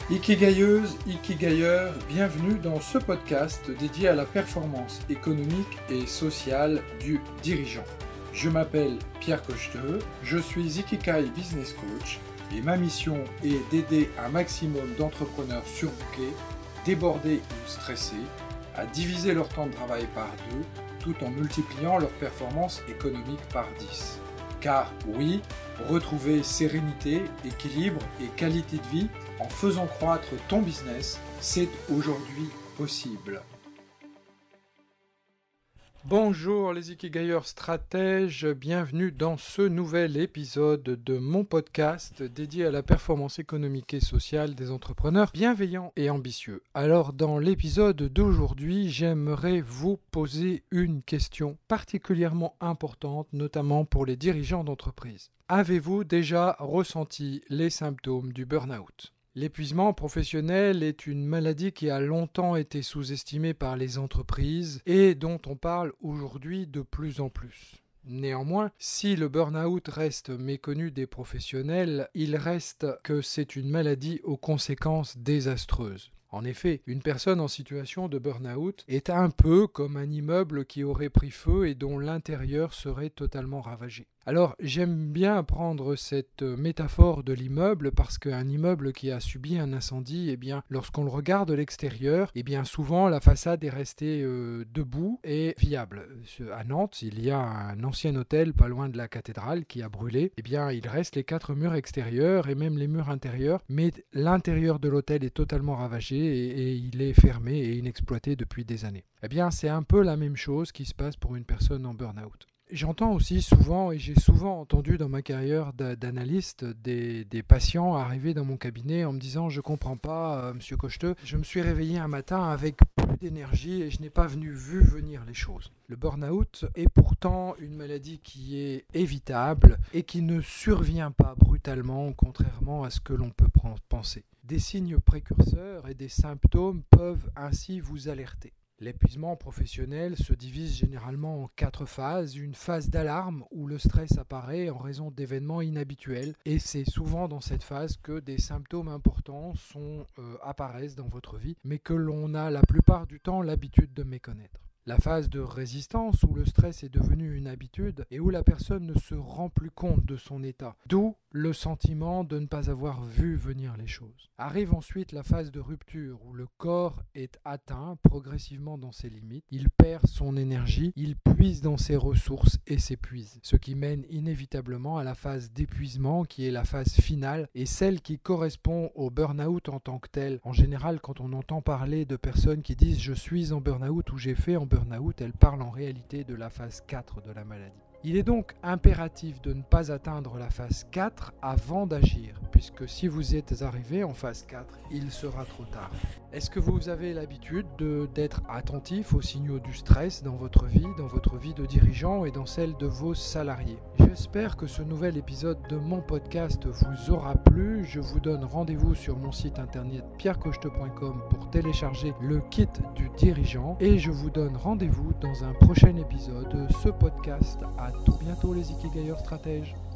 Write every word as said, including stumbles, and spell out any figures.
Ikigailleuse, Ikigailleur, bienvenue dans ce podcast dédié à la performance économique et sociale du dirigeant. Je m'appelle Pierre Cocheteux, je suis Ikigai Business Coach et ma mission est d'aider un maximum d'entrepreneurs surbookés, débordés ou stressés, à diviser leur temps de travail par deux tout en multipliant leur performance économique par dix. Car oui, retrouver sérénité, équilibre et qualité de vie en faisant croître ton business, c'est aujourd'hui possible. Bonjour les Ikigailleurs stratèges, bienvenue dans ce nouvel épisode de mon podcast dédié à la performance économique et sociale des entrepreneurs bienveillants et ambitieux. Alors dans l'épisode d'aujourd'hui, j'aimerais vous poser une question particulièrement importante, notamment pour les dirigeants d'entreprise. Avez-vous déjà ressenti les symptômes du burn-out ? L'épuisement professionnel est une maladie qui a longtemps été sous-estimée par les entreprises et dont on parle aujourd'hui de plus en plus. Néanmoins, si le burn-out reste méconnu des professionnels, il reste que c'est une maladie aux conséquences désastreuses. En effet, une personne en situation de burn-out est un peu comme un immeuble qui aurait pris feu et dont l'intérieur serait totalement ravagé. Alors, j'aime bien prendre cette métaphore de l'immeuble parce qu'un immeuble qui a subi un incendie, eh bien, lorsqu'on le regarde de l'extérieur, eh bien, souvent la façade est restée euh, debout et viable. À Nantes, il y a un ancien hôtel pas loin de la cathédrale qui a brûlé. Eh bien, il reste les quatre murs extérieurs et même les murs intérieurs, mais l'intérieur de l'hôtel est totalement ravagé et, et il est fermé et inexploité depuis des années. Eh bien, c'est un peu la même chose qui se passe pour une personne en burn-out. J'entends aussi souvent, et j'ai souvent entendu dans ma carrière d'analyste, des, des patients arriver dans mon cabinet en me disant « Je comprends pas, euh, monsieur Cocheteux, je me suis réveillé un matin avec plus d'énergie et je n'ai pas venu, vu venir les choses. » Le burn-out est pourtant une maladie qui est évitable et qui ne survient pas brutalement, contrairement à ce que l'on peut penser. Des signes précurseurs et des symptômes peuvent ainsi vous alerter. L'épuisement professionnel se divise généralement en quatre phases. Une phase d'alarme où le stress apparaît en raison d'événements inhabituels et c'est souvent dans cette phase que des symptômes importants sont, euh, apparaissent dans votre vie mais que l'on a la plupart du temps l'habitude de méconnaître. La phase de résistance où le stress est devenu une habitude et où la personne ne se rend plus compte de son état, d'où le sentiment de ne pas avoir vu venir les choses. Arrive ensuite la phase de rupture où le corps est atteint progressivement dans ses limites, il perd son énergie, il puise dans ses ressources et s'épuise, ce qui mène inévitablement à la phase d'épuisement qui est la phase finale et celle qui correspond au burn-out en tant que tel. En général, quand on entend parler de personnes qui disent « je suis en burn-out » ou « j'ai fait en burn-out », elles parlent en réalité de la phase quatre de la maladie. Il est donc impératif de ne pas atteindre la phase quatre avant d'agir, puisque si vous êtes arrivé en phase quatre, il sera trop tard. Est-ce que vous avez l'habitude de, d'être attentif aux signaux du stress dans votre vie, dans votre vie de dirigeant et dans celle de vos salariés ? J'espère que ce nouvel épisode de mon podcast vous aura plu. Je vous donne rendez-vous sur mon site internet pierre cocheteux point com pour télécharger le kit du dirigeant et je vous donne rendez-vous dans un prochain épisode de ce podcast. À tout bientôt les Ikigailleurs stratèges.